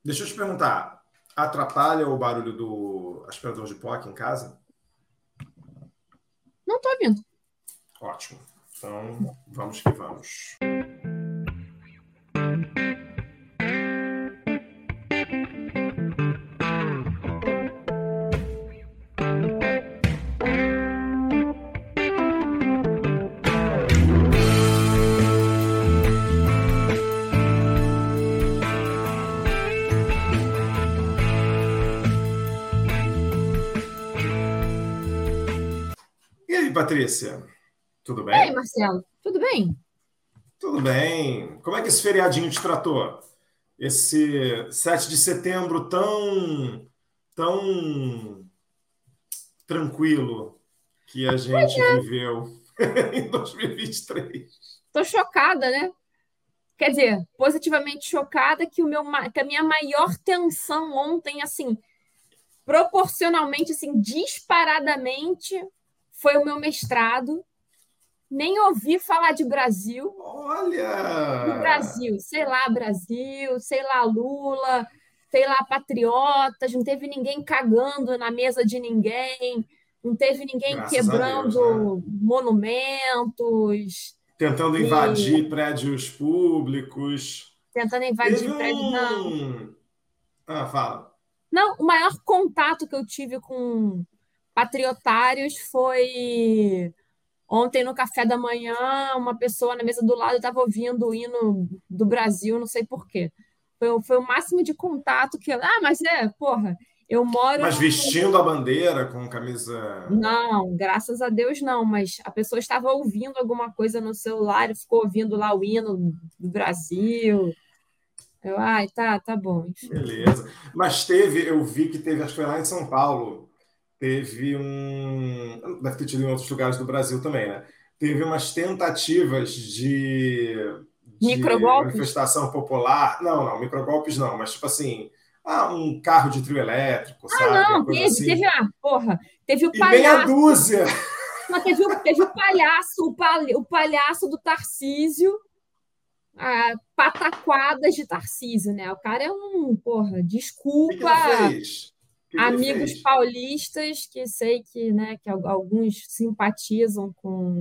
Deixa eu te perguntar, atrapalha o barulho do aspirador de pó aqui em casa? Não tô ouvindo. Ótimo. Então, vamos que vamos. E aí, Patrícia? Tudo E aí, bem? Marcelo, tudo bem? Tudo bem. Como é que esse feriadinho te tratou? Esse 7 de setembro tão tranquilo que a gente viveu em 2023. Tô chocada, né? Quer dizer, positivamente chocada que a minha maior tensão ontem, assim, proporcionalmente, assim, disparadamente, foi o meu mestrado. Nem ouvi falar de Olha! Brasil, sei lá, Lula, sei lá, patriotas, não teve ninguém cagando na mesa de ninguém, não teve ninguém Graças a Deus, né? quebrando monumentos Tentando e invadir prédios públicos. tentando Teve invadir prédio. Não, um. Ah, fala. não, o maior contato que eu tive com patriotários foi ontem no café da manhã, uma pessoa na mesa do lado estava ouvindo o hino do Brasil, não sei por quê. Foi o máximo de contato que eu. Ah, mas porra, eu moro Mas no. vestindo a bandeira com camisa. Não, graças a Deus não, mas a pessoa estava ouvindo alguma coisa no celular e ficou ouvindo lá o hino do Brasil. Ai, tá bom, enfim. Beleza. Mas teve, eu vi que teve, acho que foi lá em São Paulo, teve um. Deve ter tido em outros lugares do Brasil também, né? Teve umas tentativas de Microgolpes? manifestação popular. Não, não, microgolpes não, mas tipo assim, um carro de trio elétrico, Ah, sabe? Uma não, coisa teve assim. a porra, teve o E meia palhaço, dúzia! mas teve o palhaço, o palhaço do Tarcísio, pataquadas de Tarcísio, né? O cara é porra, O que que desculpa, ele fez? O que que ele amigos fez? paulistas que sei que, né, que alguns simpatizam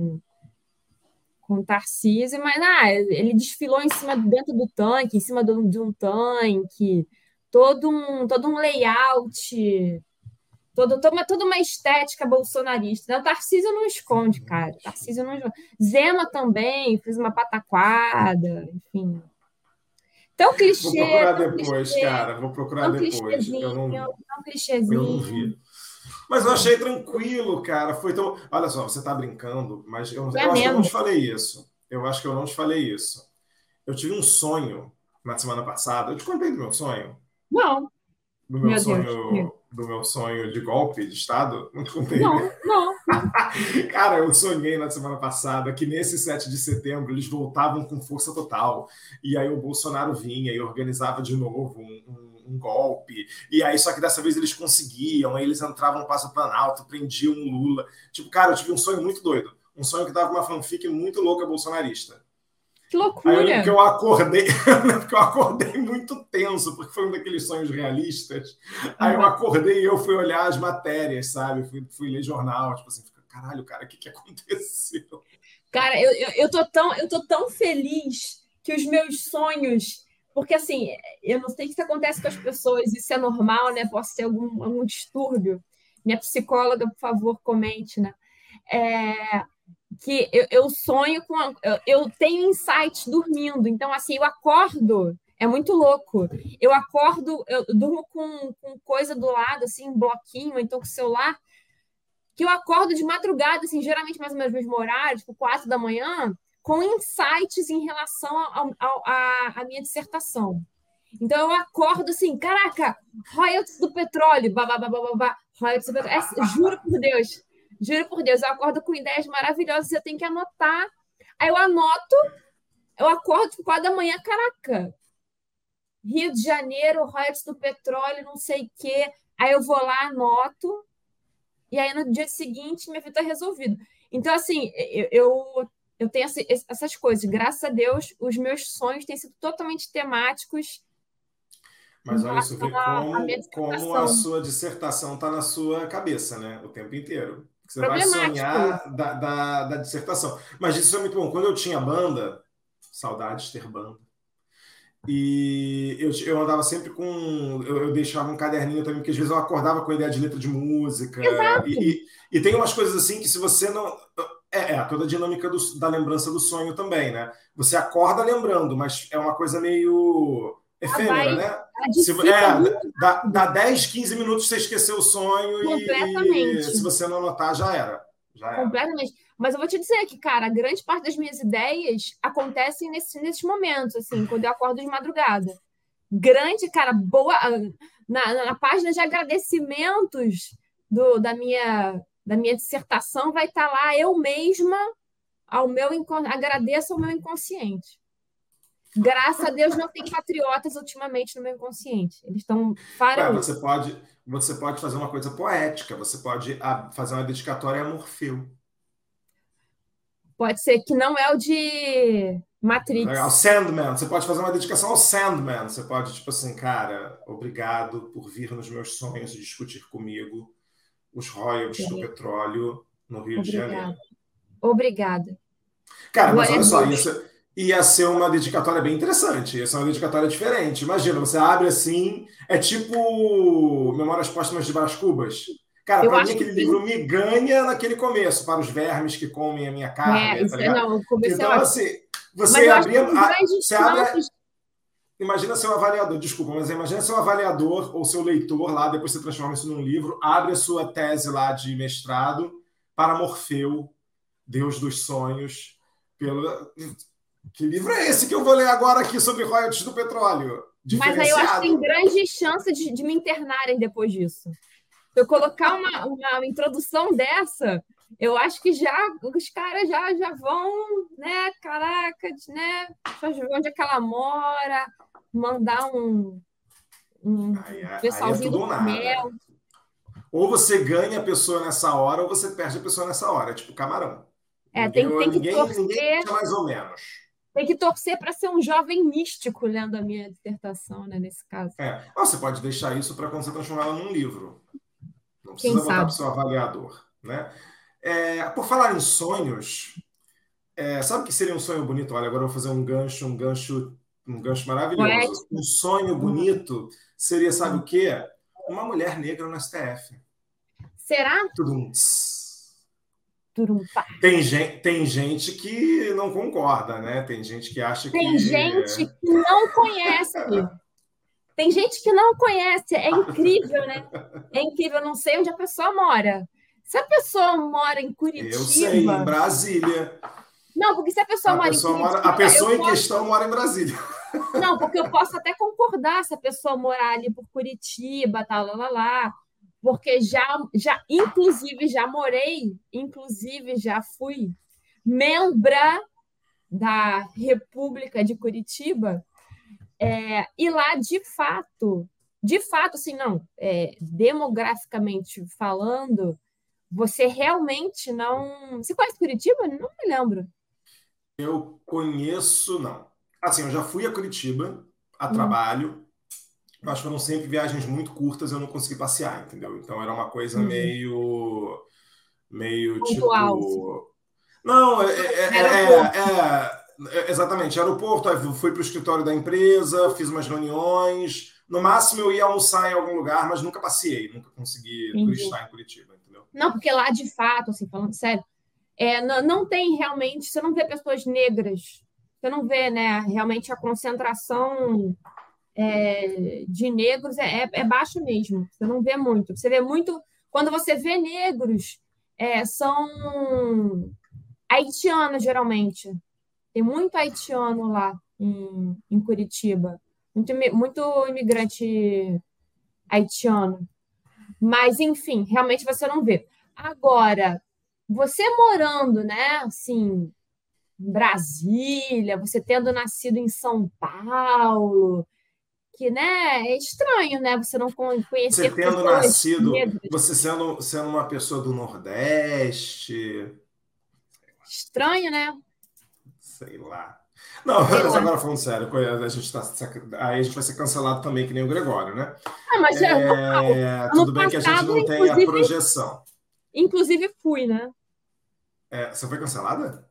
com Tarcísio, mas ele desfilou em cima dentro do tanque, em cima de um tanque, todo um layout, toda uma estética bolsonarista, né? O Tarcísio não esconde, cara. O Tarcísio não esconde. Zema também fez uma pataquada, enfim. Vou procurar Tão depois, clichê, cara. Vou procurar tão depois. clichêzinho, tão Eu não clichêzinho. vi. Mas eu achei tranquilo, cara. Foi tão. Olha só, você tá brincando, mas É eu acho que eu não te menos. falei isso. Eu acho que eu não te falei isso. Eu tive um sonho na semana passada. Eu te contei do meu sonho? Não, meu Deus. Do meu sonho de golpe de Estado? Não te contei, né? Não, não. Cara, eu sonhei na semana passada que nesse 7 de setembro eles voltavam com força total. E aí o Bolsonaro vinha e organizava de novo um golpe. E aí, só que dessa vez eles conseguiam, aí eles entravam no Paço Planalto, prendiam o Lula. Tipo, cara, eu tive um sonho muito doido. Um sonho que dava uma fanfic muito louca bolsonarista. Que Aí eu lembro loucura. que eu acordei, eu lembro que eu acordei muito tenso, porque foi um daqueles sonhos realistas. Aí eu Aham. acordei e eu fui olhar as matérias, sabe? Fui ler jornal, tipo assim, caralho, cara, o que aconteceu? Cara, eu tô tão feliz que os meus sonhos. Porque, assim, eu não sei o que acontece com as pessoas, isso é normal, né? Posso ter algum distúrbio. Minha psicóloga, por favor, comente, né? É, que eu sonho com. Eu tenho insights dormindo, então, assim, eu acordo. É muito louco. Eu acordo, eu durmo com coisa do lado, assim, um bloquinho, então com o celular, que eu acordo de madrugada, assim, geralmente mais ou menos no mesmo horário, tipo 4 da manhã, com insights em relação à minha dissertação. Então eu acordo assim, caraca, royalties do petróleo, babá, royalties do petróleo. Juro por Deus, eu acordo com ideias maravilhosas, eu tenho que anotar. Aí eu anoto, eu acordo tipo 4 da manhã, caraca, Rio de Janeiro, royalties do petróleo, não sei o quê. Aí eu vou lá, anoto, e aí no dia seguinte minha vida está resolvida. Então, assim, eu tenho essas coisas. Graças a Deus, os meus sonhos têm sido totalmente temáticos. em Mas olha isso, relação vê à minha como a dissertação. sua dissertação está na sua cabeça, né? O tempo inteiro. Você vai Problemático isso. sonhar da dissertação. Mas isso é muito bom. Quando eu tinha banda, saudades de ter banda. E eu andava sempre com. Eu deixava um caderninho também, porque às vezes eu acordava com a ideia de letra de música. Exato. E tem umas coisas assim que se você não. Toda a dinâmica da lembrança do sonho também, né? Você acorda lembrando, mas é uma coisa meio Vai, efêmera, né? dissipa muito Dá rápido. 10, 15 minutos você esqueceu o sonho e se Completamente. você não anotar, já era. Já era. Completamente. Mas eu vou te dizer que, cara, a grande parte das minhas ideias acontecem nesses momentos, assim, quando eu acordo de madrugada. Grande, cara, boa. Na página de agradecimentos da minha dissertação vai estar lá eu mesma agradeço ao meu inconsciente. Graças a Deus não tem patriotas ultimamente no meu inconsciente. Eles estão Ué, fora. você pode fazer uma coisa poética, você pode fazer uma dedicatória a Morfeu. Pode ser que não é o de Ao Matrix. Sandman, você pode fazer uma dedicação ao Sandman. Você pode, tipo assim, cara, obrigado por vir nos meus sonhos e discutir comigo os royalties do petróleo no Rio de Janeiro. Obrigada. Obrigada. Cara, mas Glória a olha só, Deus. ia ser uma dedicatória bem interessante, ia ser uma dedicatória diferente. Imagina, você abre assim, é tipo Memórias Póstumas de Brás Cubas. Cara, Eu para mim acho que aquele sim. livro me ganha naquele começo, para os vermes que comem a minha carne, tá ligado? Não, o começo é Então, ótimo. assim, Mas você eu acho que abria, tem grandes você abre, chances. imagina seu avaliador, desculpa, mas imagina seu avaliador ou seu leitor lá, depois você transforma isso num livro, abre a sua tese lá de mestrado para Morfeu, Deus dos Sonhos, pelo... Que livro é esse que eu vou ler agora aqui sobre royalties do petróleo? Mas aí eu acho que tem Diferenciado. grandes chances de me internarem depois disso. Se eu colocar uma introdução dessa, eu acho que já os caras já vão, né? Caraca, né? Deixa eu ver onde é que ela mora, mandar um Aí é pessoalzinho tudo do ou nada. Mel. Ou você ganha a pessoa nessa hora, ou você perde a pessoa nessa hora. É tipo camarão. Tem que Ninguém torcer. deixa mais ou menos. Tem que torcer para ser um jovem místico lendo a minha dissertação, né, nesse caso. Você pode deixar isso para quando você transformar ela num livro. Não Quem precisa botar para o sabe? seu avaliador. Né? Por falar em sonhos, sabe o que seria um sonho bonito? Olha, agora eu vou fazer um gancho maravilhoso. Poético. Um sonho bonito seria, sabe o quê? Uma mulher negra no STF. Será? Tudum. Turumpa. Tem gente que não concorda, né? Tem gente que acha Tem que. gente que não conhece. Tem gente que não conhece. É incrível, né? É incrível. Eu não sei onde a pessoa mora. Se a pessoa mora em Eu sei, em Curitiba. Brasília. Não, porque se a pessoa mora em A Curitiba, eu pessoa em posso. questão mora em Brasília. Não, porque eu posso até concordar se a pessoa morar ali por Curitiba, tal, lá. Porque inclusive, já morei, inclusive, já fui membra da República de Curitiba, e lá, de fato, assim, não, demograficamente falando, você realmente não. Você conhece Curitiba? Não me lembro. Eu conheço, não. Assim, eu já fui a Curitiba a Hum, trabalho, mas foram sempre viagens muito curtas, eu não consegui passear, entendeu? Então era uma coisa entendi. meio Pontual, assim. tipo. Não, Aeroporto. exatamente. Aeroporto, aí fui para o escritório da empresa, fiz umas reuniões. No máximo eu ia almoçar em algum lugar, mas nunca passei, nunca consegui Entendi. turistar em Curitiba, entendeu? Não, porque lá, de fato, assim, falando sério, não tem realmente, você não vê pessoas negras, você não vê, né, realmente a concentração de negros é baixa mesmo, você não vê muito. Você vê muito, quando você vê negros, são haitianos, geralmente. Tem muito haitiano lá em Curitiba, muito imigrante haitiano. Mas, enfim, realmente você não vê. Agora, você morando, né, assim, em Brasília, você tendo nascido em São Paulo, que, né, é estranho, né, você não Você conhecer tendo pessoas nascido, negras. você sendo uma pessoa do Nordeste, Estranho, né? sei lá. Não, Eu mas acho. agora falando sério, aí a gente vai ser cancelado também, que nem o Gregório, né? Ah, mas é normal. Ano Tudo bem que a gente passado, não tem a projeção. inclusive fui, né? Você foi cancelada?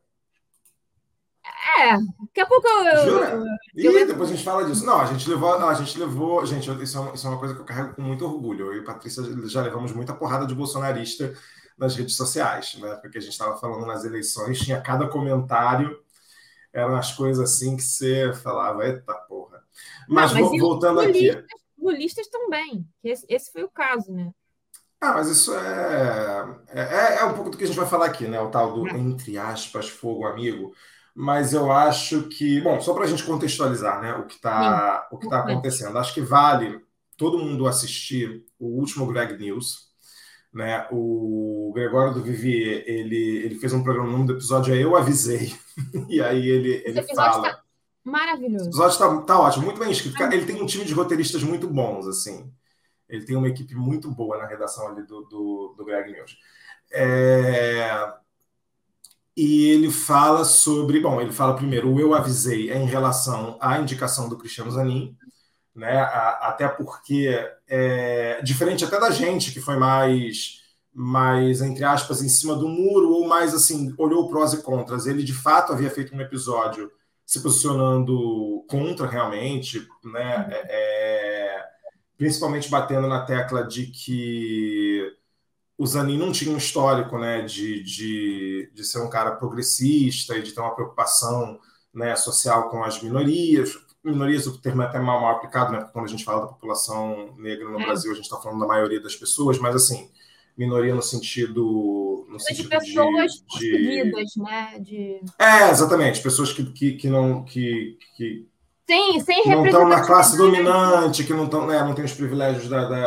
Daqui a pouco Jura? eu Ih, entro. depois a gente fala disso. Não, gente, isso é uma coisa que eu carrego com muito orgulho. Eu e a Patrícia já levamos muita porrada de bolsonarista nas redes sociais, né? Porque a gente estava falando nas eleições, tinha cada comentário, eram as coisas assim que você falava, eita porra. Não, Mas mas e voltando aqui. lulistas também. Esse foi o caso, né? Mas isso é um pouco do que a gente vai falar aqui, né? O tal do, entre aspas, fogo amigo. Mas eu acho que, bom, só para a gente contextualizar, né, Sim, o que tá importante. acontecendo. Acho que vale todo mundo assistir o último Greg News, né? O Gregório do Vivier, ele fez um programa, o nome do episódio é Eu Avisei, e aí Esse ele episódio está fala. Esse maravilhoso. episódio tá ótimo, muito bem escrito. Ele tem um time de roteiristas muito bons, assim. Ele tem uma equipe muito boa na redação ali do Greg News. É, e ele fala sobre. Bom, ele fala primeiro, o Eu Avisei é em relação à indicação do Cristiano Zanin, né? Até porque, diferente até da gente, que foi mais, entre aspas, em cima do muro, ou mais assim, olhou prós e contras. Ele de fato havia feito um episódio se posicionando contra realmente, né? Principalmente batendo na tecla de que o Zanin não tinha um histórico, né, de ser um cara progressista e de ter uma preocupação, né, social com as minorias. Minorias, o termo é até mal aplicado, né, porque quando a gente fala da população negra no É, Brasil, a gente está falando da maioria das pessoas, mas assim, minoria no sentido, de pessoas de... perseguidas, né? Exatamente, pessoas que não Sem que não estão na classe representatividade. dominante, que não estão, né, não têm os privilégios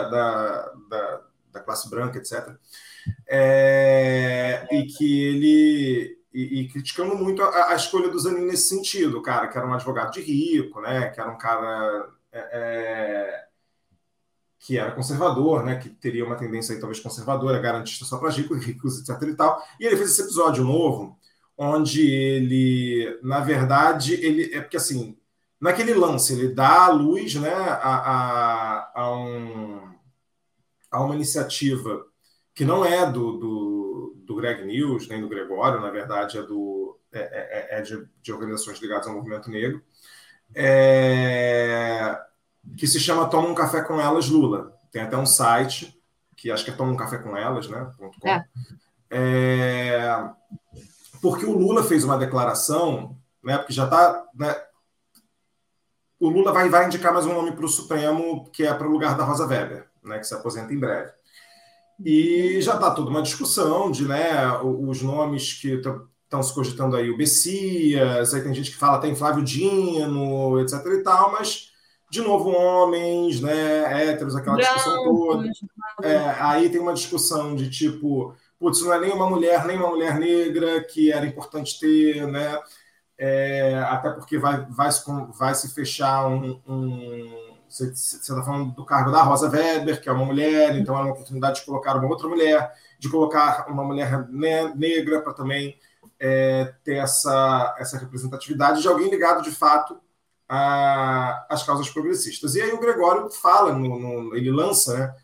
da classe branca, etc. E que e criticando muito a escolha do Zanin nesse sentido, cara, que era um advogado de rico, né, que era um cara que era conservador, né, que teria uma tendência aí, talvez conservadora, garantista só para ricos, etc. e tal. E ele fez esse episódio novo, onde ele, na verdade, é porque assim, naquele lance, ele dá à luz, né, a uma iniciativa que não é do Greg News, nem do Gregório, na verdade, de organizações ligadas ao movimento negro, que se chama Toma um Café com Elas, Lula. Tem até um site, que acho que é Toma um Café com Elas, né, .com. É, Porque o Lula fez uma declaração, né, porque já está, né, o Lula vai indicar mais um nome para o Supremo, que é para o lugar da Rosa Weber, né, que se aposenta em breve. E já está toda uma discussão de, né, os nomes que estão se cogitando aí, o Bessias, aí tem gente que fala até em Flávio Dino, etc e tal, mas, de novo, homens, né, héteros, aquela discussão toda. brancos, claro. Aí tem uma discussão de tipo, putz, não é nem uma mulher negra que era importante ter, né? Até porque vai se fechar você está falando do cargo da Rosa Weber, que é uma mulher, então é uma oportunidade de colocar uma outra mulher, de colocar uma mulher negra para também ter essa representatividade de alguém ligado de fato às causas progressistas. E aí o Gregório fala, ele lança, né,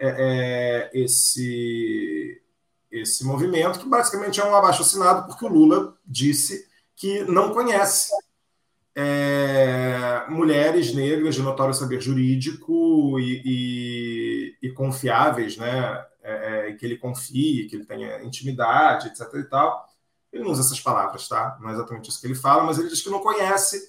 esse movimento, que basicamente é um abaixo-assinado, porque o Lula disse que não conhece mulheres negras de notório saber jurídico e confiáveis, né? Que ele confie, que ele tenha intimidade, etc. e tal. Ele não usa essas palavras, tá? Não é exatamente isso que ele fala, mas ele diz que não conhece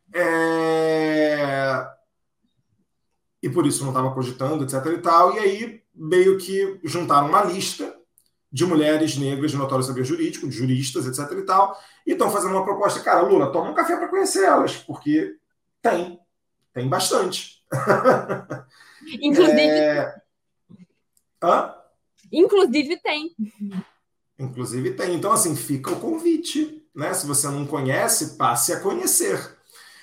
e por isso não estava cogitando, etc. e tal. E aí meio que juntaram uma lista de mulheres negras de notório saber jurídico, de juristas, etc. e tal, e estão fazendo uma proposta, cara, Lula, toma um café para conhecer elas, porque tem bastante. Inclusive, Hã? inclusive tem. Inclusive tem. Então, assim, fica o convite, né? Se você não conhece, passe a conhecer.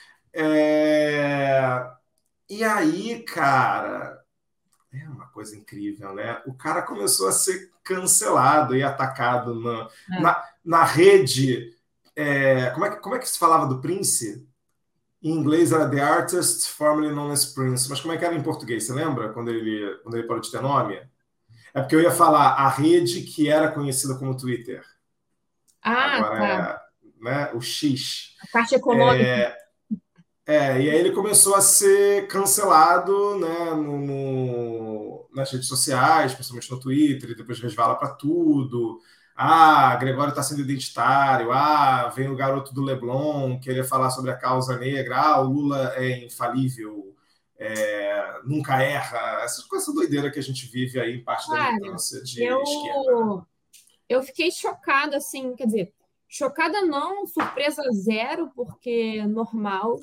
E aí, cara, é uma coisa incrível, né? O cara começou a ser cancelado e atacado É. na rede como é que se falava do Prince? Em inglês era The Artist, formerly known as Prince. Mas como é que era em português? Você lembra quando ele parou de ter nome? É porque eu ia falar a rede que era conhecida como Twitter. Ah, Agora tá. é, né, o X. A Caixa Econômica. É, e aí ele começou a ser cancelado, né, nas redes sociais, principalmente no Twitter, e depois resvala para tudo. Ah, Gregório está sendo identitário. Ah, vem o garoto do Leblon querer falar sobre a causa negra. Ah, o Lula é infalível, nunca erra. Essas coisas doideiras que a gente vive aí em parte da Cara, militância de esquerda, né? eu fiquei chocada, assim, quer dizer, chocada não, surpresa zero, porque é normal.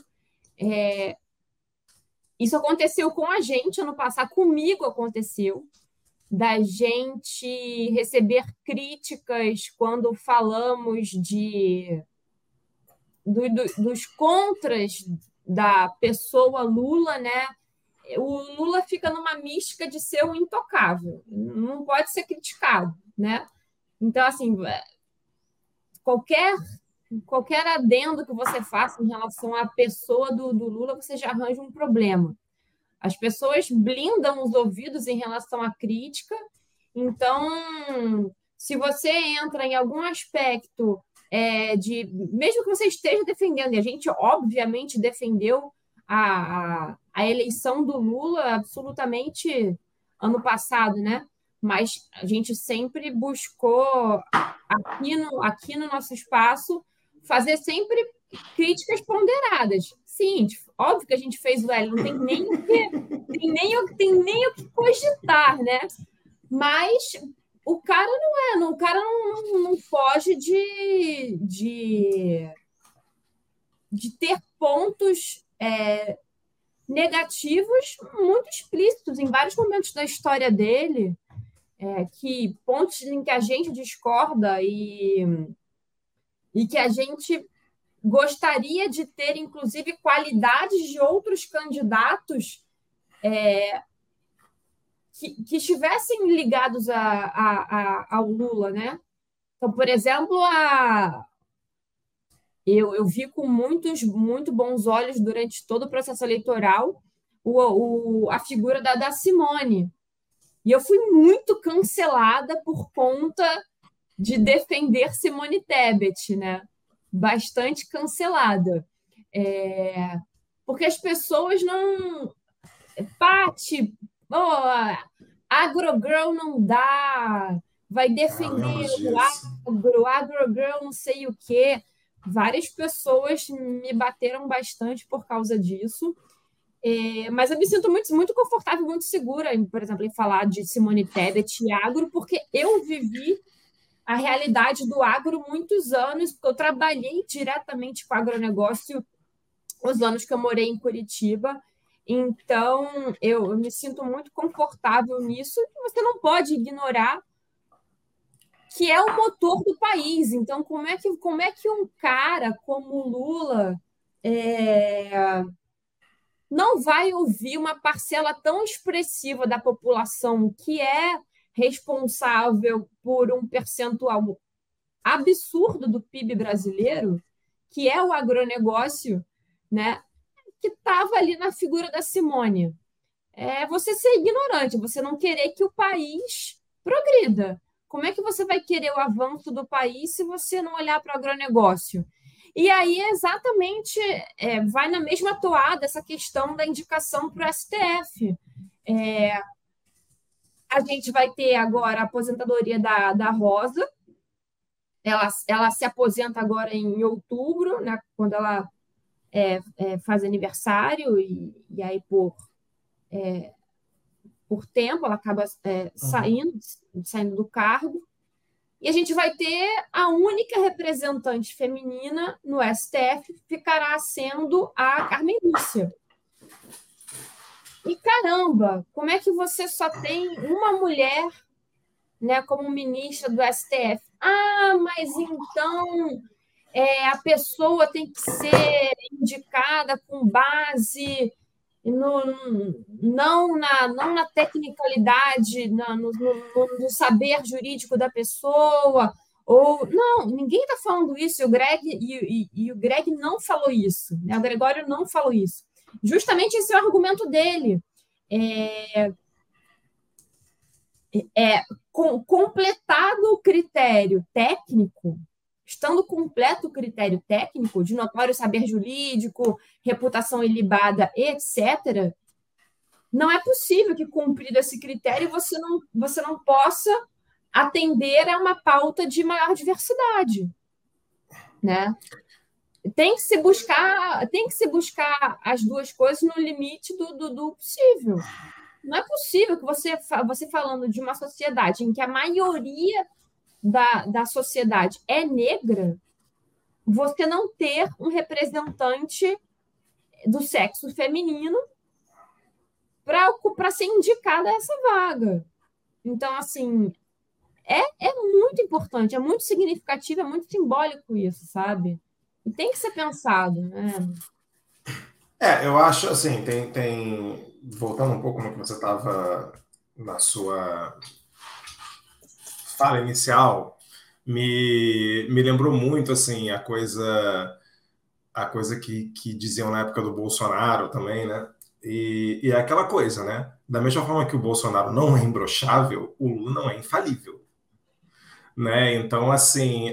Isso aconteceu com a gente ano passado, comigo aconteceu, da gente receber críticas quando falamos dos contras da pessoa Lula, né? O Lula fica numa mística de ser um intocável, não pode ser criticado, né? Então, assim, qualquer qualquer adendo que você faça em relação à pessoa do Lula, você já arranja um problema. As pessoas blindam os ouvidos em relação à crítica, então, se você entra em algum aspecto mesmo que você esteja defendendo, e a gente obviamente defendeu a eleição do Lula absolutamente ano passado, né? Mas a gente sempre buscou aqui no nosso espaço fazer sempre críticas ponderadas. Sim, óbvio que a gente fez o L, não tem nem o que, tem nem o que cogitar, né? Mas o cara o cara não foge de ter pontos negativos muito explícitos em vários momentos da história dele, que pontos em que a gente discorda e que a gente gostaria de ter, inclusive, qualidades de outros candidatos que estivessem ligados ao Lula, né? Então, por exemplo, eu vi com muito bons olhos durante todo o processo eleitoral a figura da Simone. E eu fui muito cancelada por conta de defender Simone Tebet, né? Bastante cancelada. Porque as pessoas não. Pati, agrogirl não dá, vai Ah, lembro defender o disso. agrogirl não sei o quê. Várias pessoas me bateram bastante por causa disso. Mas eu me sinto muito confortável, muito segura, por exemplo, em falar de Simone Tebet e agro, porque eu vivi a realidade do agro muitos anos, porque eu trabalhei diretamente com agronegócio os anos que eu morei em Curitiba. Então, eu me sinto muito confortável nisso. E você não pode ignorar que é o motor do país. Então, como é que um cara como o Lula não vai ouvir uma parcela tão expressiva da população que é responsável por um percentual absurdo do PIB brasileiro, que é o agronegócio, né? Que estava ali na figura da Simone. É você ser ignorante, você não querer que o país progrida. Como é que você vai querer o avanço do país se você não olhar para o agronegócio? E aí, exatamente, vai na mesma toada essa questão da indicação para o STF. A gente vai ter agora a aposentadoria da Rosa. Ela se aposenta agora em outubro, né, quando ela faz aniversário, e aí por tempo ela acaba saindo do cargo. E a gente vai ter a única representante feminina no STF, ficará sendo a Carmen Lúcia. E caramba, como é que você só tem uma mulher, né, como ministra do STF? Ah, mas então a pessoa tem que ser indicada com base não na tecnicalidade, no saber jurídico da pessoa, Ou, não, ninguém está falando isso, e o Greg não falou isso, né? O Gregório não falou isso. Justamente esse é o argumento dele. É, completado o critério técnico, estando completo o critério técnico de notório saber jurídico, reputação ilibada, etc., não é possível que, cumprido esse critério, você não possa atender a uma pauta de maior diversidade, né? Tem que se buscar as duas coisas no limite do possível. Não é possível que você falando de uma sociedade em que a maioria da sociedade é negra, você não ter um representante do sexo feminino para ser indicada a essa vaga. Então, assim, é muito importante, é muito significativo, é muito simbólico isso, sabe? E tem que ser pensado, né? Eu acho assim, voltando um pouco no que você estava na sua fala inicial, me lembrou muito assim a coisa que diziam na época do Bolsonaro também, né? E é aquela coisa, né? Da mesma forma que o Bolsonaro não é imbrochável, o Lula não é infalível, né? Então, assim,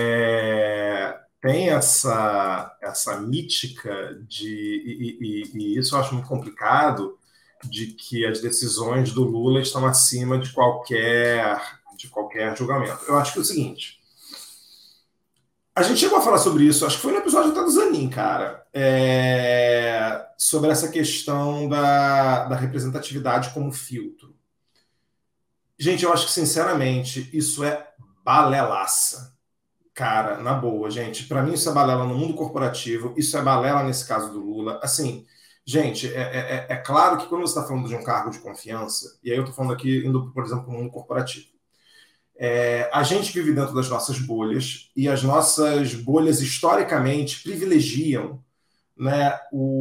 tem essa mítica e isso eu acho muito complicado, de que as decisões do Lula estão acima de qualquer julgamento. Eu acho que é o seguinte, a gente chegou a falar sobre isso, acho que foi no episódio até do Zanin, cara, sobre essa questão da representatividade como filtro. Gente, eu acho que, sinceramente, isso é balelaça. Cara, na boa, gente. Para mim, isso é balela no mundo corporativo, isso é balela nesse caso do Lula. Assim, gente, é claro que quando você está falando de um cargo de confiança, e aí eu estou falando aqui, indo, por exemplo, no mundo corporativo, a gente vive dentro das nossas bolhas, e as nossas bolhas, historicamente, privilegiam, né,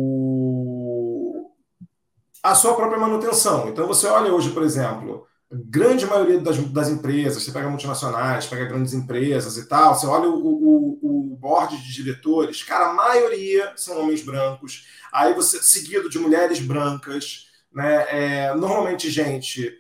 a sua própria manutenção. Então, você olha hoje, por exemplo, a grande maioria das empresas, você pega multinacionais, pega grandes empresas e tal, você olha o board de diretores, cara, a maioria são homens brancos, aí você, seguido de mulheres brancas, né, normalmente gente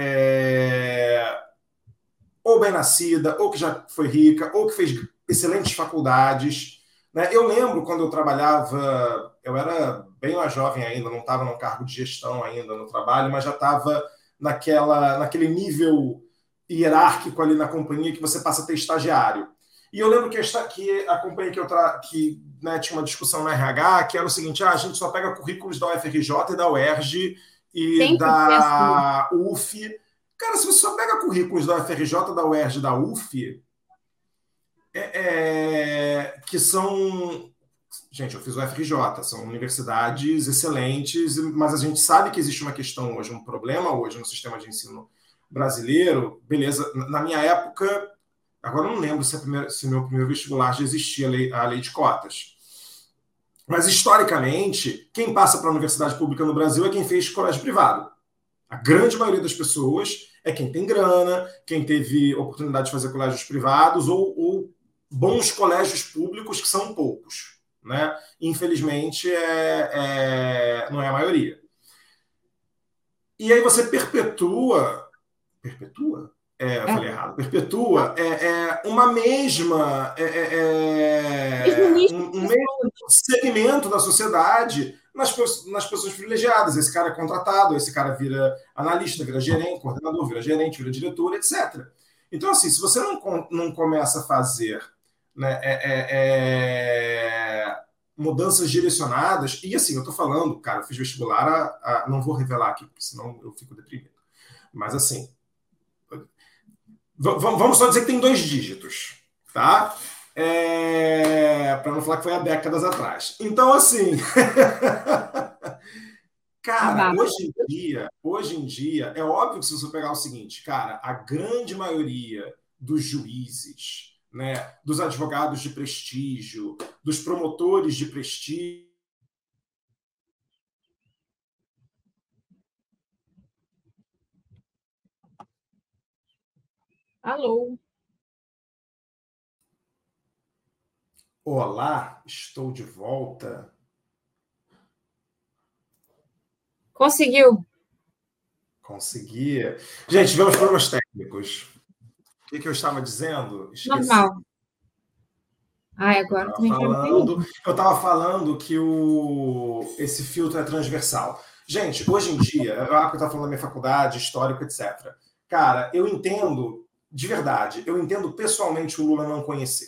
ou bem nascida, ou que já foi rica, ou que fez excelentes faculdades. Né? Eu lembro quando eu trabalhava, eu era bem mais jovem ainda, não estava num cargo de gestão ainda no trabalho, mas já estava naquele nível hierárquico ali na companhia que você passa a ter estagiário. E eu lembro que a companhia que né, tinha uma discussão na RH, que era o seguinte, a gente só pega currículos da UFRJ e da UERJ e Sempre foi assim. da UF. Cara, se você só pega currículos da UFRJ, da UERJ e da UF, que são. Gente, eu fiz o UFRJ, são universidades excelentes, mas a gente sabe que existe uma questão hoje, um problema hoje no sistema de ensino brasileiro. Beleza, na minha época, agora eu não lembro se meu primeiro vestibular já existia a lei de cotas. Mas, historicamente, quem passa para a universidade pública no Brasil é quem fez colégio privado. A grande maioria das pessoas é quem tem grana, quem teve oportunidade de fazer colégios privados ou bons colégios públicos, que são poucos. Né? Infelizmente, não é a maioria. E aí você perpetua. Perpetua? Eu É, falei errado. Perpetua uma mesma. mesmo nicho de Um mesmo pessoas. segmento da sociedade nas pessoas privilegiadas. Esse cara é contratado, esse cara vira analista, vira gerente, coordenador, vira gerente, vira diretor, etc. Então, assim, se você não começa a fazer, né, mudanças direcionadas, e assim, eu estou falando, cara, eu fiz vestibular, não vou revelar aqui, porque senão eu fico deprimido. Mas assim, vamos só dizer que tem 2 dígitos, tá? Para não falar que foi há décadas atrás. Então, assim, cara, Abafa. hoje em dia, é óbvio que se você pegar o seguinte, cara, a grande maioria dos juízes, né, dos advogados de prestígio, dos promotores de prestígio, Alô? Olá, estou de volta. Conseguiu. Consegui. Gente, tivemos problemas técnicos. O que eu estava dizendo? Esqueci. Normal. Ai, agora também quero ver. Eu estava falando que esse filtro é transversal. Gente, hoje em dia, eu estava falando da minha faculdade, histórico, etc. Cara, eu entendo, de verdade, eu entendo pessoalmente o Lula não conhecer.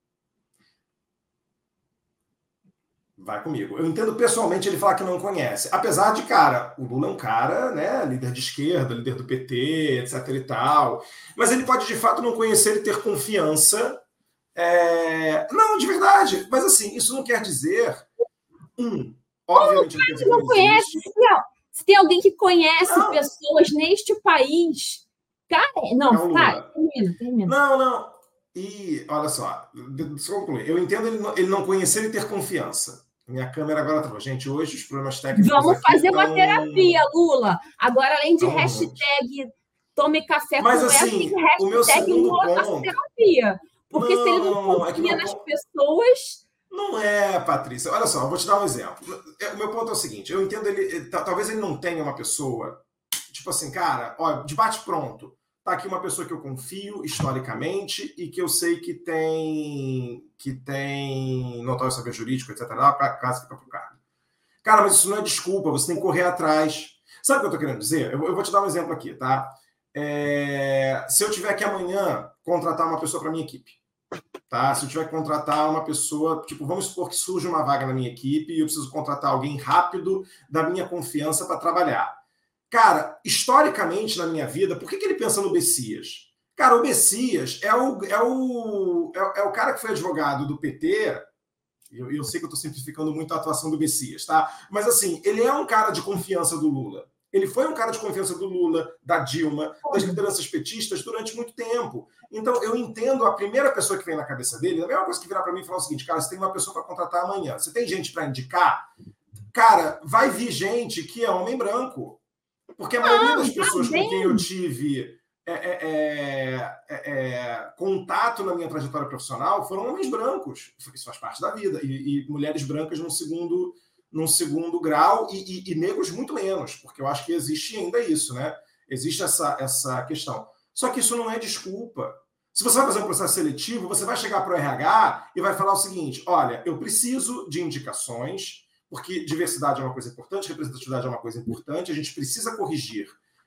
Vai comigo. Eu entendo pessoalmente ele falar que não conhece. Apesar de, cara, o Lula é um cara, né, líder de esquerda, líder do PT, etc e tal. Mas ele pode, de fato, não conhecer e ter confiança. Não, de verdade. Mas, assim, isso não quer dizer... obviamente, ele quer dizer que não conhece. Se tem alguém que conhece não. pessoas neste país... Cara, não, tá, termina. Não. E, olha só, deixa eu concluir. Eu entendo ele não conhecer e ter confiança. Minha câmera agora travou. Gente, hoje os problemas técnicos. Vamos fazer uma terapia, Lula. Agora, além de hashtag tome café mas, com assim, essa, hashtag o meu segundo ponto... terapia. Porque se ele não confia nas pessoas... Não é, Patrícia. Olha só, eu vou te dar um exemplo. O meu ponto é o seguinte: eu entendo talvez ele não tenha uma pessoa, tipo assim, cara, ó, debate pronto. Tá aqui uma pessoa que eu confio historicamente e que eu sei que tem notório saber jurídico, etc. Caso fica pro cargo. Cara, mas isso não é desculpa, você tem que correr atrás. Sabe o que eu tô querendo dizer? Eu vou te dar um exemplo aqui, tá? Se eu tiver que amanhã contratar uma pessoa para minha equipe, tá? Se eu tiver que contratar uma pessoa, tipo, vamos supor que surge uma vaga na minha equipe e eu preciso contratar alguém rápido da minha confiança para trabalhar. Cara, historicamente na minha vida, por que ele pensa no Bessias? Cara, o Bessias é o cara que foi advogado do PT. Eu sei que eu estou simplificando muito a atuação do Bessias, tá? Mas, assim, ele é um cara de confiança do Lula. Ele foi um cara de confiança do Lula, da Dilma, das lideranças petistas durante muito tempo. Então, eu entendo a primeira pessoa que vem na cabeça dele, a mesma coisa que virar para mim e falar o seguinte: cara, você tem uma pessoa para contratar amanhã, você tem gente para indicar? Cara, vai vir gente que é homem branco. Porque a maioria das pessoas com quem eu tive contato na minha trajetória profissional foram homens brancos. Isso faz parte da vida. E mulheres brancas num segundo grau e negros muito menos, porque eu acho que existe ainda isso, né? Existe essa questão. Só que isso não é desculpa. Se você vai fazer um processo seletivo, você vai chegar para o RH e vai falar o seguinte: olha, eu preciso de indicações, porque diversidade é uma coisa importante, representatividade é uma coisa importante, a gente precisa corrigir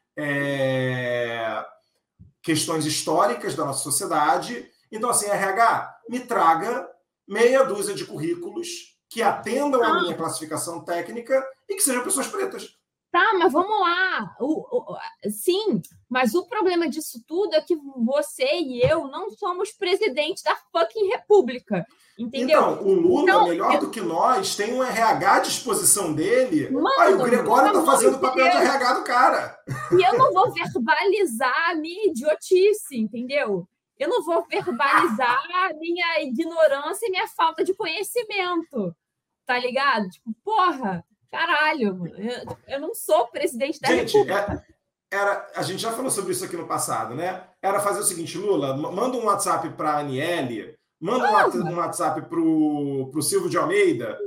questões históricas da nossa sociedade. Então, assim, RH, me traga meia dúzia de currículos que atendam a minha classificação técnica e que sejam pessoas pretas. Tá, mas vamos lá. Sim, mas o problema disso tudo é que você e eu não somos presidente da fucking república. Entendeu? Então, o Lula, melhor do que nós, tem um RH à disposição dele. Aí o Gregório tá fazendo o papel de RH do cara. E eu não vou verbalizar a minha idiotice, entendeu? Eu não vou verbalizar a minha ignorância e minha falta de conhecimento. Tá ligado? Tipo, porra, caralho, mano. Eu não sou presidente da República. A gente já falou sobre isso aqui no passado, né? Era fazer o seguinte: Lula, manda um WhatsApp para a Aniele, manda um WhatsApp para o Silvio de Almeida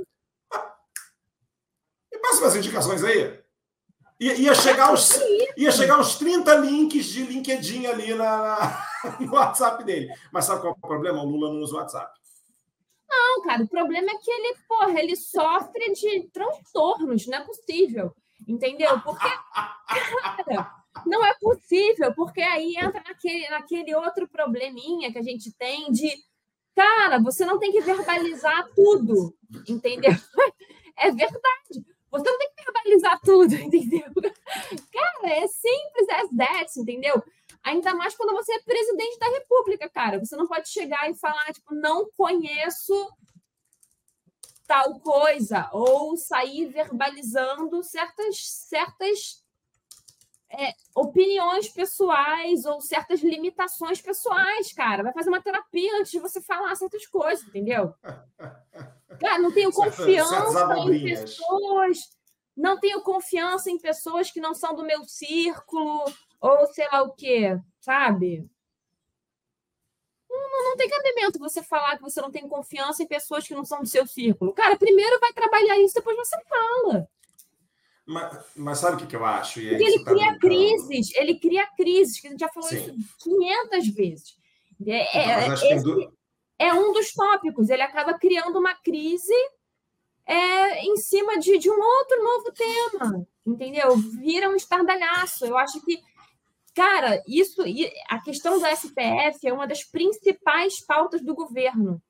e passa umas indicações aí. Ia chegar uns 30 links de LinkedIn ali no WhatsApp dele. Mas sabe qual é o problema? O Lula não usa o WhatsApp. Não, cara, o problema é que ele sofre de transtornos, não é possível, entendeu? Porque, cara, não é possível, porque aí entra naquele outro probleminha que a gente tem de, cara, você não tem que verbalizar tudo, entendeu? É verdade. Você não tem que verbalizar tudo, entendeu? Cara, é simples as that, entendeu? Ainda mais quando você é presidente da República, cara. Você não pode chegar e falar, tipo, não conheço tal coisa, ou sair verbalizando certas opiniões pessoais ou certas limitações pessoais, cara. Vai fazer uma terapia antes de você falar certas coisas, entendeu? Cara, não tenho confiança em pessoas, não tenho confiança em pessoas que não são do meu círculo, ou sei lá o quê, sabe? não tem cabimento você falar que você não tem confiança em pessoas que não são do seu círculo. Cara, primeiro vai trabalhar isso, depois você fala. Mas sabe o que eu acho? E aí Porque você tá brincando. ele cria crises, que a gente já falou Sim. isso 500 vezes. Então, mas acho que tem É um dos tópicos, ele acaba criando uma crise em cima de um outro novo tema, entendeu? Vira um estardalhaço. Eu acho que, cara, a questão do STF é uma das principais pautas do governo.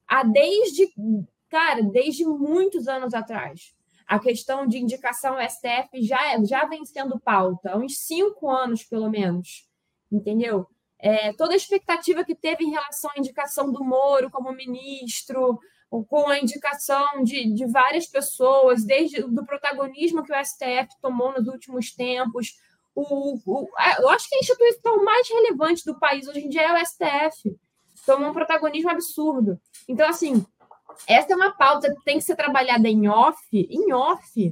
Desde muitos anos atrás. A questão de indicação ao STF já vem sendo pauta, há uns 5 anos, pelo menos, entendeu? Toda a expectativa que teve em relação à indicação do Moro como ministro, ou com a indicação de várias pessoas, desde do protagonismo que o STF tomou nos últimos tempos. Eu acho que a instituição mais relevante do país hoje em dia é o STF. Tomou um protagonismo absurdo. Então, assim, essa é uma pauta que tem que ser trabalhada em off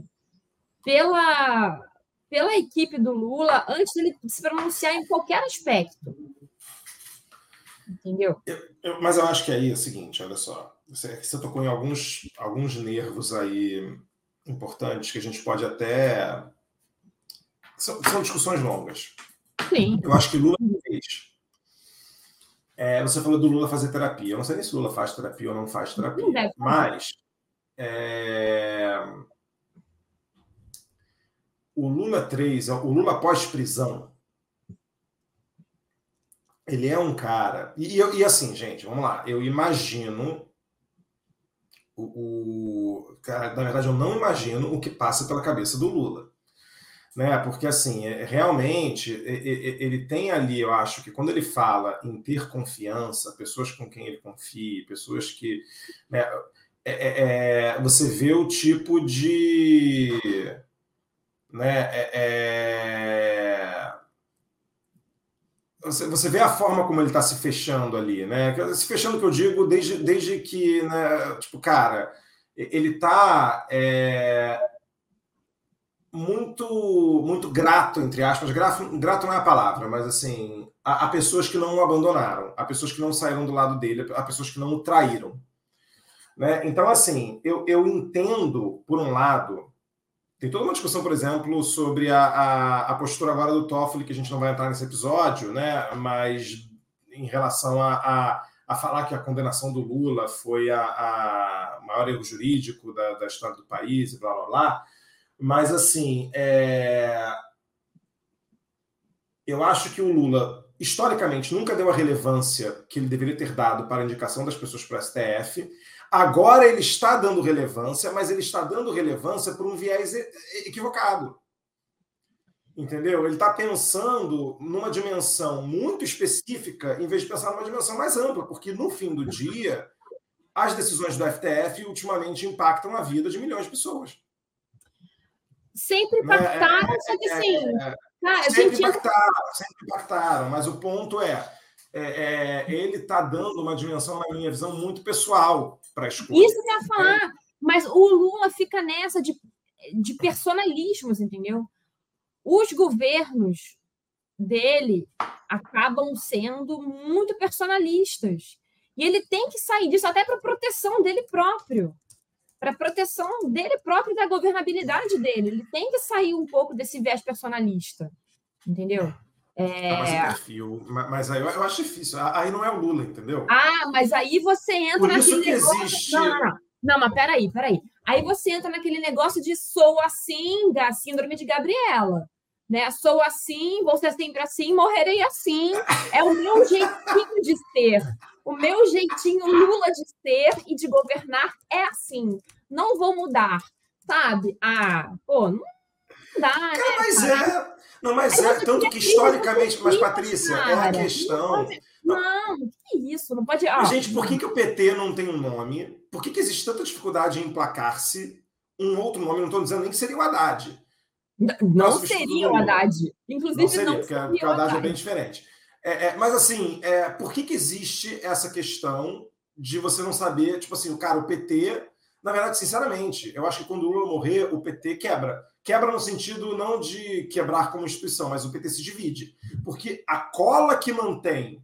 pela equipe do Lula antes dele se pronunciar em qualquer aspecto. Entendeu? Mas eu acho que aí é o seguinte, olha só. Você tocou em alguns nervos aí importantes que a gente pode até... São discussões longas. Sim. Eu acho que Lula fez. Você falou do Lula fazer terapia. Eu não sei nem se o Lula faz terapia ou não faz terapia. Não deve. Mas o Lula 3, o Lula pós-prisão, ele é um cara... E assim, gente, vamos lá. Eu imagino... Na verdade, eu não imagino o que passa pela cabeça do Lula. Né? Porque, assim, realmente, ele tem ali, eu acho que quando ele fala em ter confiança, pessoas com quem ele confie, pessoas que... Né, você vê o tipo de... Né, você vê a forma como ele está se fechando ali, né? Se fechando, que eu digo, desde que, né, tipo, cara, ele está muito grato, entre aspas. Grato não é a palavra, mas assim, há pessoas que não o abandonaram, há pessoas que não saíram do lado dele, há pessoas que não o traíram. Né? Então, assim, eu entendo, por um lado, tem toda uma discussão, por exemplo, sobre a postura agora do Toffoli, que a gente não vai entrar nesse episódio, né? Mas em relação a falar que a condenação do Lula foi a maior erro jurídico da história do país, e blá, blá, blá. Mas, assim, eu acho que o Lula, historicamente, nunca deu a relevância que ele deveria ter dado para a indicação das pessoas para o STF. Agora ele está dando relevância, mas ele está dando relevância por um viés equivocado. Entendeu? Ele está pensando numa dimensão muito específica, em vez de pensar numa dimensão mais ampla, porque, no fim do dia, as decisões do STF ultimamente impactam a vida de milhões de pessoas. Sempre impactaram, só que assim... Cara, sempre impactaram, mas o ponto ele está dando uma dimensão, na minha visão, muito pessoal para a escolha. Isso que eu ia falar, mas o Lula fica nessa de personalismos, entendeu? Os governos dele acabam sendo muito personalistas. E ele tem que sair disso até para proteção dele próprio. Para proteção dele próprio e da governabilidade dele. Ele tem que sair um pouco desse viés personalista. Entendeu? Mas o perfil... Mas aí eu acho difícil. Aí não é o Lula, entendeu? Mas aí você entra Por isso naquele que negócio... existe... Não, mas peraí. Aí você entra naquele negócio de sou assim, da síndrome de Gabriela. Né? Sou assim, vou ser sempre assim, morrerei assim. É o meu jeitinho de ser. O meu jeitinho Lula de ser e de governar é assim. Não vou mudar, sabe? Não dá, né? Mas tanto que historicamente... Mas, Patrícia, é a questão... Não, que isso? Não pode... Gente, por que o PT não tem um nome? Por que existe tanta dificuldade em emplacar-se um outro nome? Não estou dizendo nem que seria o Haddad. Não seria o Haddad. Inclusive, não seria, porque o Haddad é bem diferente. Mas, assim, por que existe essa questão de você não saber, tipo assim, o PT... Na verdade, sinceramente, eu acho que quando o Lula morrer, o PT quebra. Quebra no sentido não de quebrar como instituição, mas o PT se divide. Porque a cola que mantém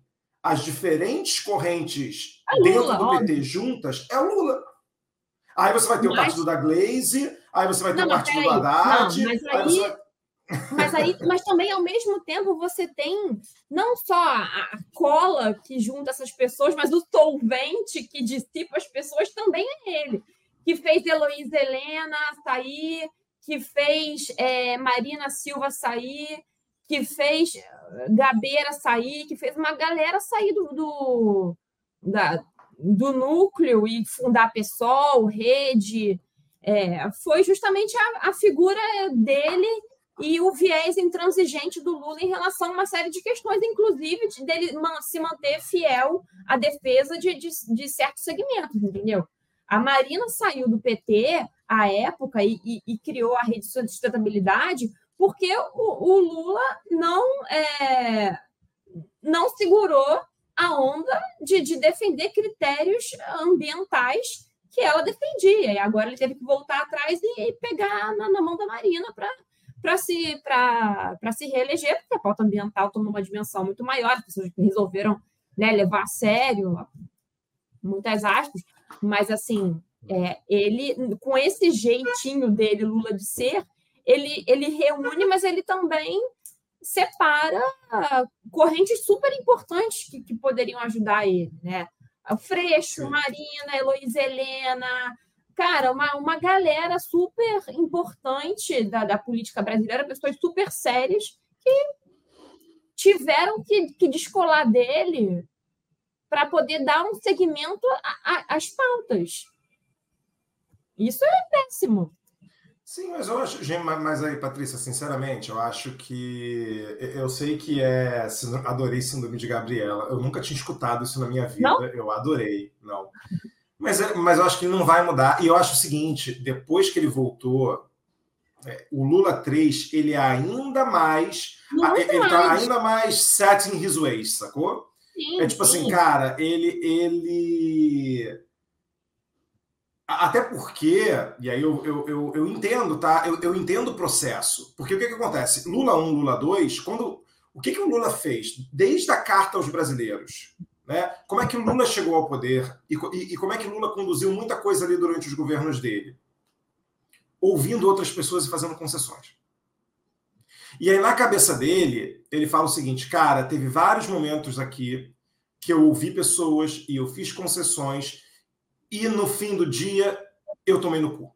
as diferentes correntes Lula, dentro do PT óbvio. juntas, é o Lula. Aí você vai ter o partido da Glaze, aí você vai ter o partido do Haddad, aí você vai... Mas também, ao mesmo tempo, você tem não só a cola que junta essas pessoas, mas o solvente que dissipa as pessoas também é ele. Que fez Heloísa Helena sair, que fez Marina Silva sair, que fez Gabeira sair, que fez uma galera sair do núcleo e fundar PSOL, Rede. Foi justamente a figura dele e o viés intransigente do Lula em relação a uma série de questões, inclusive dele se manter fiel à defesa de certos segmentos, entendeu? A Marina saiu do PT à época e criou a Rede de Sustentabilidade porque o Lula não segurou a onda de defender critérios ambientais que ela defendia. E agora ele teve que voltar atrás e pegar na mão da Marina para se reeleger, porque a pauta ambiental tomou uma dimensão muito maior, as pessoas resolveram, né, levar a sério, muitas aspas, mas assim, ele, com esse jeitinho dele, Lula de ser, ele reúne, mas ele também separa correntes super importantes que poderiam ajudar ele, né? O Freixo, Marina, Heloísa Helena, cara, uma galera super importante da política brasileira, pessoas super sérias que tiveram que descolar dele para poder dar um segmento às pautas. Isso é péssimo. Sim, mas eu acho, gente, mas aí, Patrícia, sinceramente, eu acho que eu sei que adorei Síndrome de Gabriela. Eu nunca tinha escutado isso na minha vida. Não? Eu adorei, não. Mas eu acho que não vai mudar. E eu acho o seguinte, depois que ele voltou, o Lula 3, ele é ainda mais... Ele tá ainda mais set in his ways, sacou? Sim, tipo assim, cara, ele... Até porque, e aí eu entendo, tá? Eu entendo o processo. Porque o que acontece? Lula 1, Lula 2, o que o Lula fez? Desde a Carta aos Brasileiros, né? Como é que o Lula chegou ao poder e como é que o Lula conduziu muita coisa ali durante os governos dele? Ouvindo outras pessoas e fazendo concessões. E aí, na cabeça dele, ele fala o seguinte, cara, teve vários momentos aqui que eu ouvi pessoas e eu fiz concessões e no fim do dia eu tomei no cu.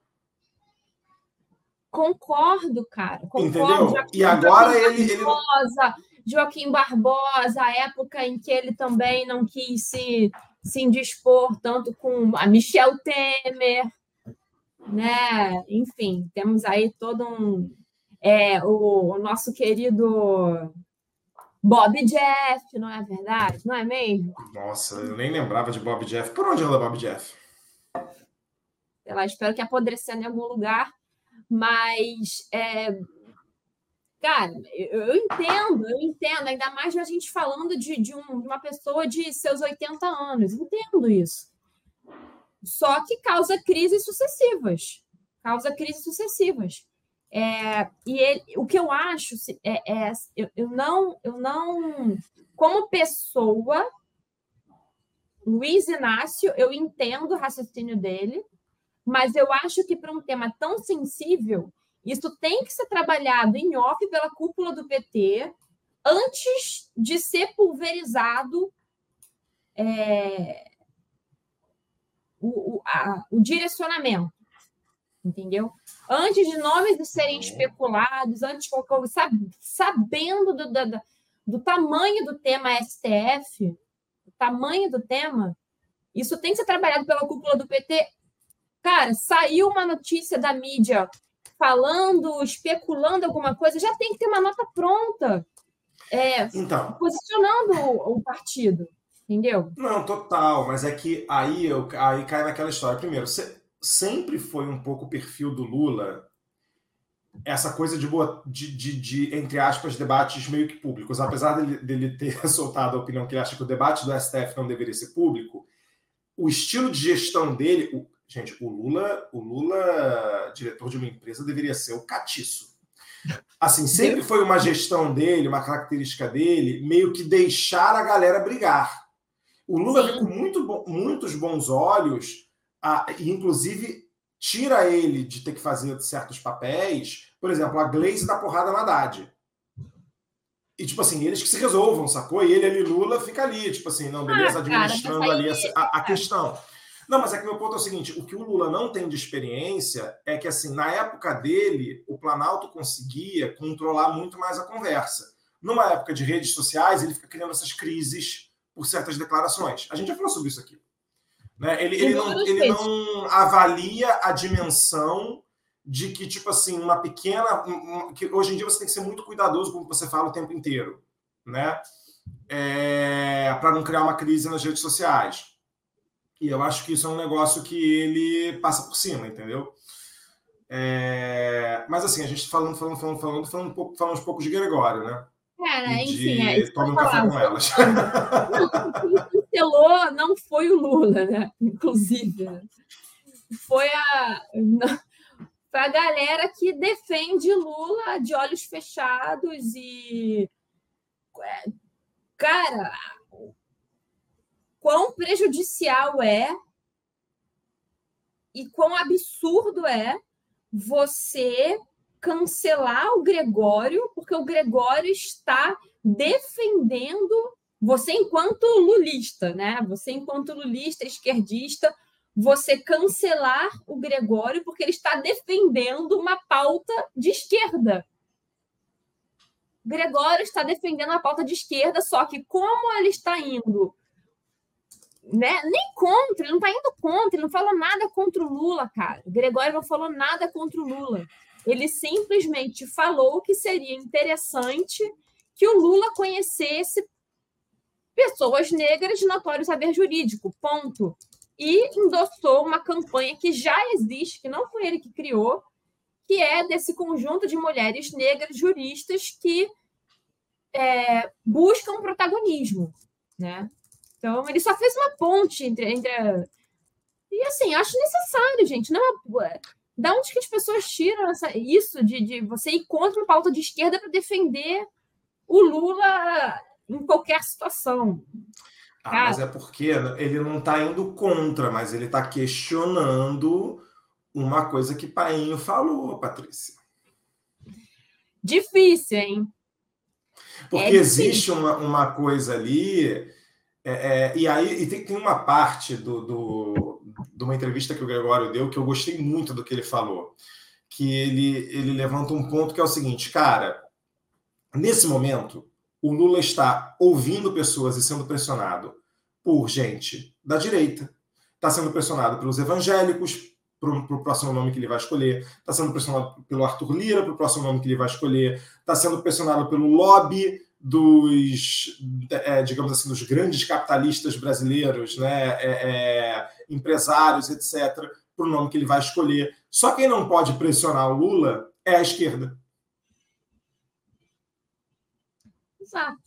Concordo, cara. Concordo. Entendeu? E agora Joaquim Barbosa, a época em que ele também não quis se indispor tanto com a Michel Temer, né? Enfim, temos aí todo o nosso querido Bob Jeff, não é verdade? Não é mesmo? Nossa, eu nem lembrava de Bob Jeff. Por onde anda Bob Jeff? Sei lá, espero que apodrecendo em algum lugar, mas cara, eu entendo, ainda mais a gente falando de uma pessoa de seus 80 anos, entendo isso. Só que causa crises sucessivas. O que eu acho eu não, como pessoa, Luiz Inácio, eu entendo o raciocínio dele, mas eu acho que para um tema tão sensível, isso tem que ser trabalhado em off pela cúpula do PT antes de ser pulverizado o direcionamento, entendeu? Antes de nomes de serem especulados, antes sabendo do tamanho do tema STF, o tamanho do tema, isso tem que ser trabalhado pela cúpula do PT. Cara, saiu uma notícia da mídia falando, especulando alguma coisa, já tem que ter uma nota pronta, posicionando o partido, entendeu? Não, total, mas é que aí cai naquela história. Primeiro, sempre foi um pouco o perfil do Lula essa coisa de entre aspas, debates meio que públicos. Apesar dele ter soltado a opinião que ele acha que o debate do STF não deveria ser público, o estilo de gestão dele... Gente, o Lula, diretor de uma empresa, deveria ser o catiço. Assim, sempre foi uma gestão dele, uma característica dele, meio que deixar a galera brigar. O Lula vê com muitos bons olhos, e inclusive tira ele de ter que fazer certos papéis. Por exemplo, a Gleice dá porrada na Haddad. E, tipo assim, eles que se resolvam, sacou? E ele ali, Lula, fica ali, tipo assim, não, beleza, administrando cara, ali a questão. Não, mas é que meu ponto é o seguinte, o que o Lula não tem de experiência é que, assim, na época dele, o Planalto conseguia controlar muito mais a conversa. Numa época de redes sociais, ele fica criando essas crises por certas declarações. A gente já falou sobre isso aqui. Né? Ele não avalia a dimensão de que, tipo assim, uma pequena... que hoje em dia você tem que ser muito cuidadoso com o que você fala o tempo inteiro, né? Para não criar uma crise nas redes sociais. E eu acho que isso é um negócio que ele passa por cima, entendeu? Mas assim, a gente falando um pouco de Gregório, né? Cara, enfim, tome um café com elas. Quem cancelou não foi o Lula, né? Inclusive. Foi a galera que defende Lula de olhos fechados e... Cara, quão prejudicial é e quão absurdo é você cancelar o Gregório, porque o Gregório está defendendo você enquanto lulista, né? Você enquanto lulista, esquerdista, você cancelar o Gregório porque ele está defendendo uma pauta de esquerda. O Gregório está defendendo uma pauta de esquerda, só que como ele está indo, né? Nem contra, ele não está indo contra, ele não falou nada contra o Lula, cara. O Gregório não falou nada contra o Lula. Ele simplesmente falou que seria interessante que o Lula conhecesse pessoas negras de notório saber jurídico, ponto. E endossou uma campanha que já existe, que não foi ele que criou, que é desse conjunto de mulheres negras juristas que buscam protagonismo, né? Então, ele só fez uma ponte entre E, assim, acho necessário, gente. Não é... Da onde que as pessoas tiram isso de você ir contra uma pauta de esquerda para defender o Lula em qualquer situação? Mas é porque ele não está indo contra, mas ele está questionando uma coisa que Painho falou, Patrícia. Difícil, hein? Porque existe uma coisa ali, e aí tem uma parte de uma entrevista que o Gregório deu que eu gostei muito do que ele falou, que ele levanta um ponto que é o seguinte, cara, nesse momento, o Lula está ouvindo pessoas e sendo pressionado por gente da direita, está sendo pressionado pelos evangélicos, para o próximo nome que ele vai escolher, está sendo pressionado pelo Arthur Lira, para o próximo nome que ele vai escolher, está sendo pressionado pelo lobby dos, digamos assim, dos grandes capitalistas brasileiros, né, empresários, etc., para o nome que ele vai escolher. Só quem não pode pressionar o Lula é a esquerda. Exato.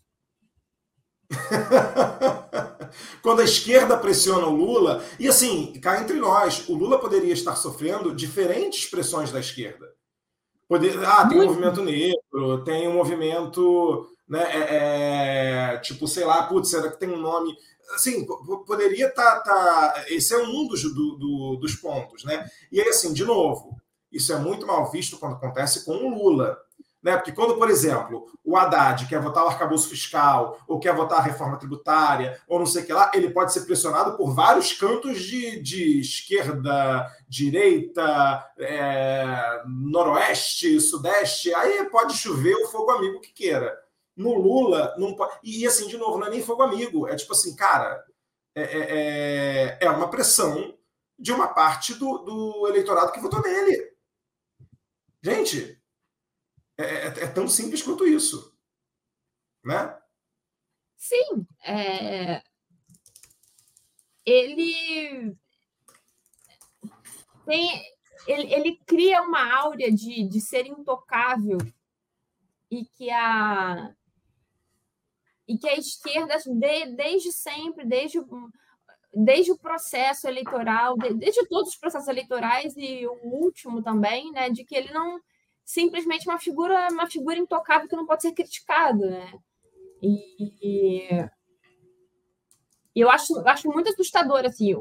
Quando a esquerda pressiona o Lula, e assim, cá entre nós, o Lula poderia estar sofrendo diferentes pressões da esquerda. Tem um movimento negro, tem um movimento, né, tipo, sei lá, putz, será que tem um nome... Assim, poderia estar... Esse é um dos pontos, né? E aí, assim, de novo, isso é muito mal visto quando acontece com o Lula. Né? Porque quando, por exemplo, o Haddad quer votar o arcabouço fiscal, ou quer votar a reforma tributária, ou não sei o que lá, ele pode ser pressionado por vários cantos de esquerda, direita, noroeste, sudeste, aí pode chover o fogo amigo que queira. No Lula, não pode... E assim, de novo, não é nem fogo amigo, é tipo assim, cara, é uma pressão de uma parte do eleitorado que votou nele. Gente... É tão simples quanto isso, né? Sim. Ele cria uma áurea de ser intocável e que a esquerda, desde sempre, desde o processo eleitoral, desde todos os processos eleitorais e o último também, né, de que ele não simplesmente uma figura intocável que não pode ser criticada, né? E eu acho muito assustador, assim,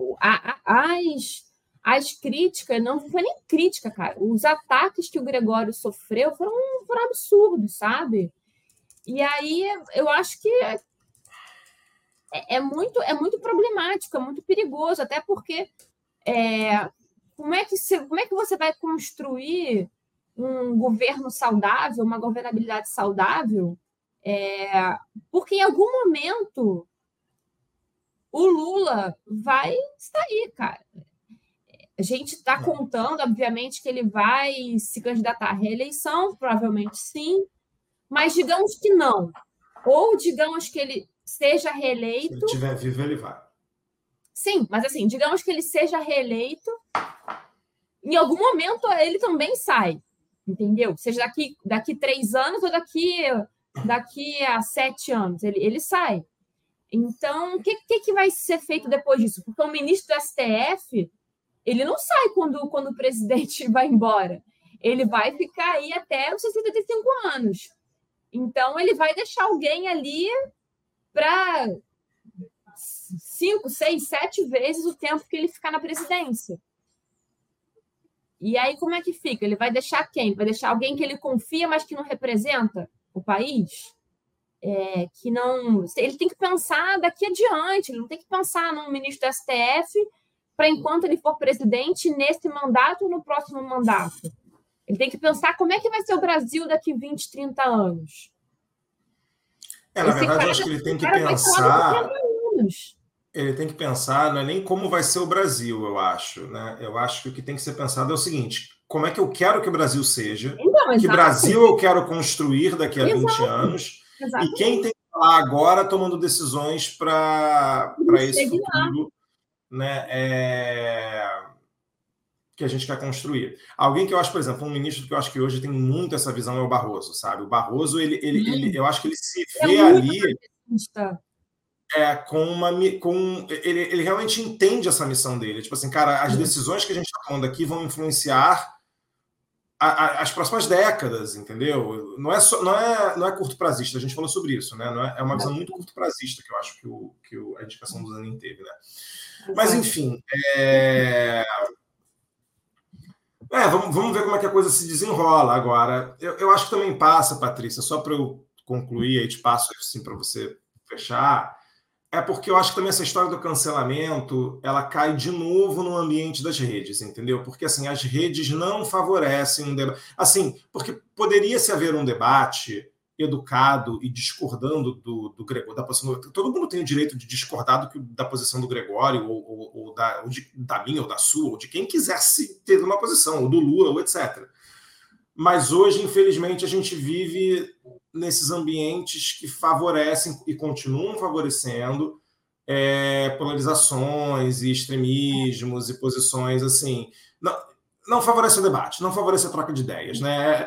as críticas, não foi nem crítica, cara. Os ataques que o Gregório sofreu foram absurdos, sabe? E aí eu acho que é muito problemático, é muito perigoso, até porque como é que você vai construir um governo saudável, uma governabilidade saudável? Porque em algum momento o Lula vai sair, cara. A gente está contando, obviamente, que ele vai se candidatar à reeleição, provavelmente sim, mas digamos que não. Ou digamos que ele seja reeleito. Se ele estiver vivo, ele vai. Sim, mas assim, digamos que ele seja reeleito, em algum momento ele também sai, entendeu? Seja daqui 3 anos ou daqui a 7 anos, ele sai. Então, o que vai ser feito depois disso? Porque o ministro do STF, ele não sai quando o presidente vai embora. Ele vai ficar aí até os 65 anos. Então, ele vai deixar alguém ali para 5, 6, 7 vezes o tempo que ele ficar na presidência. E aí, como é que fica? Ele vai deixar quem? Vai deixar alguém que ele confia, mas que não representa o país? Que não... Ele tem que pensar daqui adiante, ele não tem que pensar num ministro do STF para enquanto ele for presidente nesse mandato ou no próximo mandato. Ele tem que pensar como é que vai ser o Brasil daqui 20, 30 anos. Na verdade, eu acho que ele tem que pensar... Ele tem que pensar, não é nem como vai ser o Brasil, eu acho. Né? Eu acho que o que tem que ser pensado é o seguinte: como é que eu quero que o Brasil seja, então, que Brasil eu quero construir daqui a 20 anos, e quem tem que estar lá agora tomando decisões para esse futuro, né, que a gente quer construir. Alguém que eu acho, por exemplo, um ministro que eu acho que hoje tem muito essa visão é o Barroso, sabe? O Barroso, eu acho que ele se vê ali... ele realmente entende essa missão dele. Tipo assim, cara, as decisões que a gente está tomando aqui vão influenciar as próximas décadas, entendeu? Não é curto prazista, a gente falou sobre isso, né? É uma visão muito curto prazista que eu acho que a indicação do Zanin teve, né? Mas, enfim, vamos ver como é que a coisa se desenrola agora. Eu acho que também passa, Patrícia, só para eu concluir, aí te passo assim para você fechar. Porque eu acho que também essa história do cancelamento, ela cai de novo no ambiente das redes, entendeu? Porque, assim, as redes não favorecem um debate. Assim, porque poderia-se haver um debate educado e discordando do Gregório, da posição... Todo mundo tem o direito de discordar da posição do Gregório, ou da minha, ou da sua, ou de quem quisesse ter uma posição, ou do Lula, ou etc. Mas hoje, infelizmente, a gente vive nesses ambientes que favorecem e continuam favorecendo polarizações e extremismos e posições assim. Não favorece o debate, não favorece a troca de ideias, né?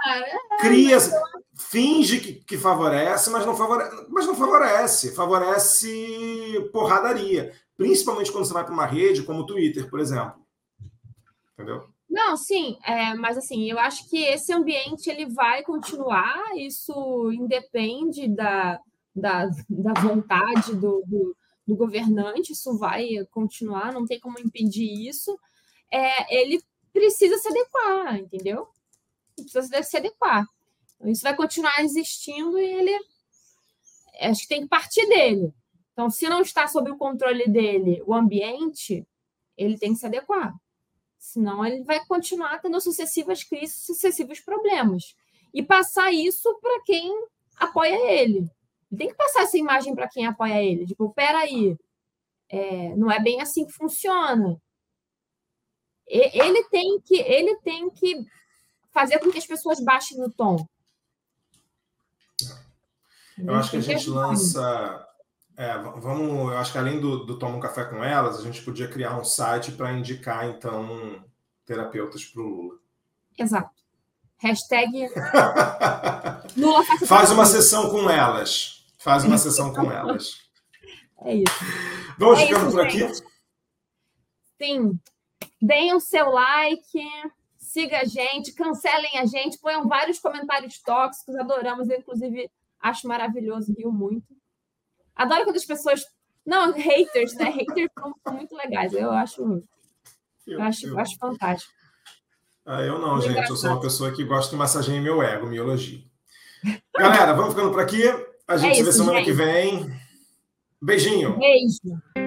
Finge que favorece, mas não favorece. Favorece porradaria. Principalmente quando você vai para uma rede como o Twitter, por exemplo. Entendeu? Não, sim, mas assim, eu acho que esse ambiente ele vai continuar, isso independe da vontade do governante, isso vai continuar, não tem como impedir isso. Ele precisa se adequar, entendeu? Ele precisa se adequar. Então, isso vai continuar existindo e ele acho que tem que partir dele. Então, se não está sob o controle dele o ambiente, ele tem que se adequar. Senão ele vai continuar tendo sucessivas crises, sucessivos problemas. E passar isso para quem apoia ele. Ele tem que passar essa imagem para quem apoia ele. Tipo, peraí, não é bem assim que funciona. Ele tem que fazer com que as pessoas baixem o tom. Eu acho que a gente lança... eu acho que além do Toma um Café com Elas, a gente podia criar um site para indicar, então, terapeutas para o Lula. Exato. Hashtag Lula faz uma sessão com elas. Faz uma sessão com elas. É isso. Vamos ficando por aqui? Sim. Deem o seu like, siga a gente, cancelem a gente, ponham vários comentários tóxicos, adoramos, eu, inclusive, acho maravilhoso, rio muito. Adoro quando as pessoas... Não, haters, né? Haters são muito legais, eu acho fantástico. Eu não, gente, eu sou uma pessoa que gosta que massageie meu ego, me elogie. Galera, vamos ficando por aqui, a gente se vê semana que vem. Beijinho! Beijo!